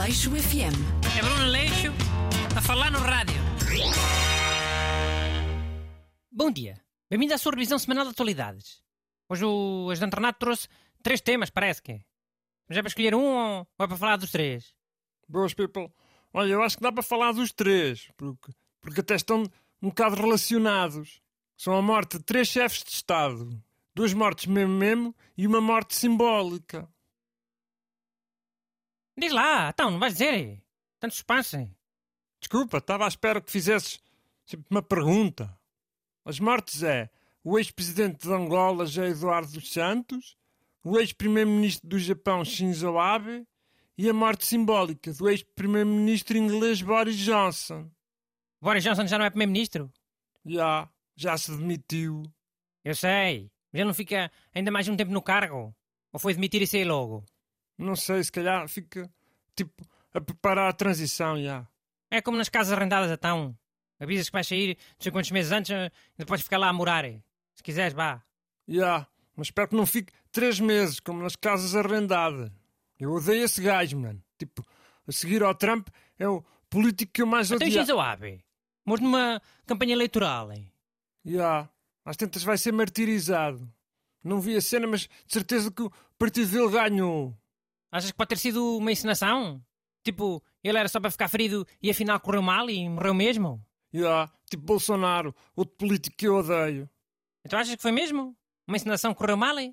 Aleixo FM. É Bruno Aleixo a falar no rádio. Bom dia. Bem-vindo à sua revisão semanal de atualidades. Hoje o ajudante Renato trouxe 3 temas, parece que. Mas é para escolher um ou é para falar dos 3? Boas, people. Olha, eu acho que dá para falar dos 3, porque até estão um bocado relacionados. São a morte de 3 chefes de Estado. 2 mortes mesmo e uma morte simbólica. Diz lá, então, não vais dizer? Tanto suspense. Desculpa, estava à espera que fizesses sempre uma pergunta. As mortes é o ex-presidente de Angola, José Eduardo dos Santos, o ex-primeiro-ministro do Japão, Shinzo Abe, e a morte simbólica do ex-primeiro-ministro inglês Boris Johnson. Boris Johnson já não é primeiro-ministro? Já se demitiu. Eu sei, mas ele não fica ainda mais um tempo no cargo? Ou foi demitir e sair logo? Não sei, se calhar fica, a preparar a transição, É como nas casas arrendadas, então. Avisas que vais sair não sei quantos meses antes e depois ficar lá a morar. Se quiseres, vá. Mas espero que não fique 3 meses, como nas casas arrendadas. Eu odeio esse gajo, mano. A seguir ao Trump, é o político que eu mais odeio. Até o Shinzo Abe. Morto numa campanha eleitoral, Às tantas vai ser martirizado. Não vi a cena, mas de certeza que o partido dele ganhou. Achas que pode ter sido uma encenação? Tipo, ele era só para ficar ferido e afinal correu mal e morreu mesmo? Tipo Bolsonaro, outro político que eu odeio. Então achas que foi mesmo? Uma encenação que correu mal?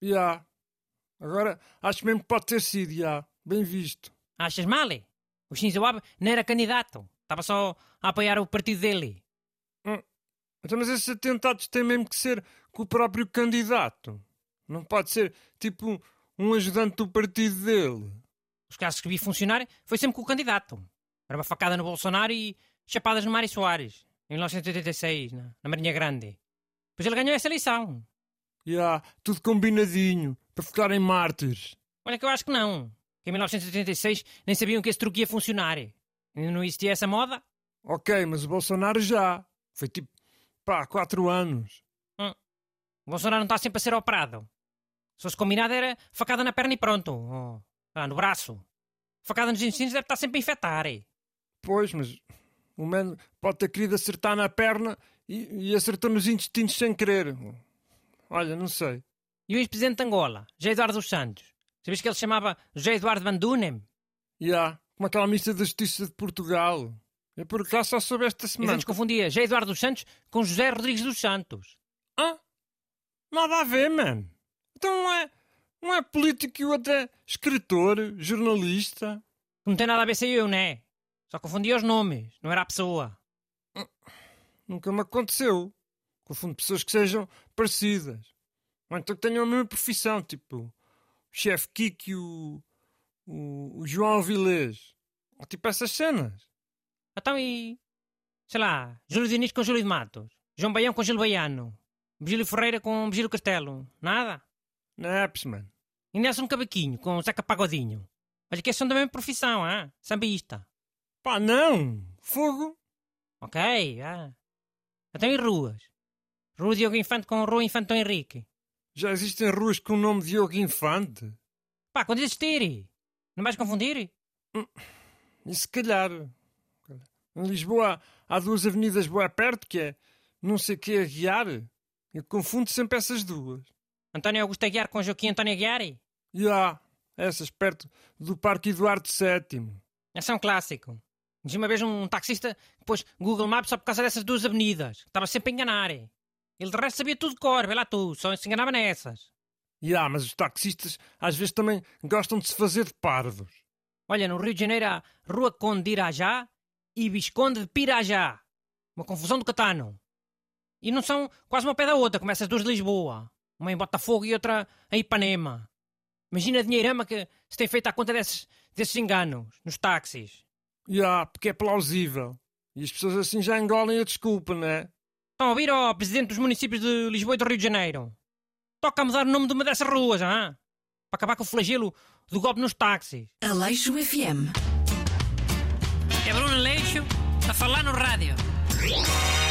Agora acho mesmo que pode ter sido, bem visto. Achas mal? O Shinzo Abe não era candidato. Estava só a apoiar o partido dele. Então, mas esses atentados têm mesmo que ser com o próprio candidato. Não pode ser tipo um ajudante do partido dele. Os casos que vi funcionar foi sempre com o candidato. Era uma facada no Bolsonaro e chapadas no Mário Soares, em 1986, na Marinha Grande. Pois ele ganhou essa eleição. Tudo combinadinho, para ficarem mártires. Olha que eu acho que não. Que em 1986 nem sabiam que esse truque ia funcionar. Ainda não existia essa moda. Ok, mas o Bolsonaro já. Foi 4 anos. O Bolsonaro não está sempre a ser operado. Se fosse combinado era facada na perna e pronto. No braço. Facada nos intestinos deve estar sempre a infectar. Pois, mas o mano pode ter querido acertar na perna e acertou nos intestinos sem querer. Olha, não sei. E o ex-presidente de Angola, José Eduardo dos Santos? Sabias que ele se chamava José Eduardo Van Dunem? Como aquela ministra da Justiça de Portugal. Eu por acaso só soube esta semana. Mas antes confundia José Eduardo dos Santos com José Rodrigues dos Santos. Nada a ver, mano. Então não é político e o outro é escritor, jornalista. Não tem nada a ver sem eu, né? Só confundia os nomes, não era a pessoa. Nunca me aconteceu. Confundo pessoas que sejam parecidas. Ou então que tenham a mesma profissão, tipo o chefe Kiki e o João Avilés. Ou tipo essas cenas. Então sei lá, Júlio Diniz com Júlio de Matos, João Baião com Gil Baiano, Virgílio Ferreira com Virgílio Castelo. Nada? Naps, mano. E Nelson Cavaquinho com Zeca Pagodinho. Olha que eles são da mesma profissão, sambista. Não! Fogo! Ok, Então e ruas? Rua Diogo Infante com Rua Infante Dom Henrique. Já existem ruas com o nome de Diogo Infante? Quando existir. Não vais confundir? E se calhar. Em Lisboa há 2 avenidas boa perto, que é não sei que Aguiar. Eu confundo sempre essas 2. António Augusto Aguiar com Joaquim António Aguiar? Essas perto do Parque Eduardo VII. Esse é um clássico. Diz uma vez um taxista que pôs Google Maps só por causa dessas 2 avenidas. Estava sempre a enganar. Ele de resto sabia tudo de cor, vê lá tu, só se enganava nessas. Mas os taxistas às vezes também gostam de se fazer de parvos. Olha, no Rio de Janeiro há Rua Conde de Irajá e Visconde de Pirajá. Uma confusão do catano. E não são quase uma pé da outra, como essas 2 de Lisboa. Uma em Botafogo e outra em Ipanema. Imagina a dinheirama que se tem feito à conta desses enganos, nos táxis. Porque é plausível. E as pessoas assim já engolem a desculpa, não é? Estão a ouvir ao presidente dos municípios de Lisboa e do Rio de Janeiro? Toca a mudar o nome de uma dessas ruas, para acabar com o flagelo do golpe nos táxis. Aleixo FM. É Bruno Aleixo a falar no rádio.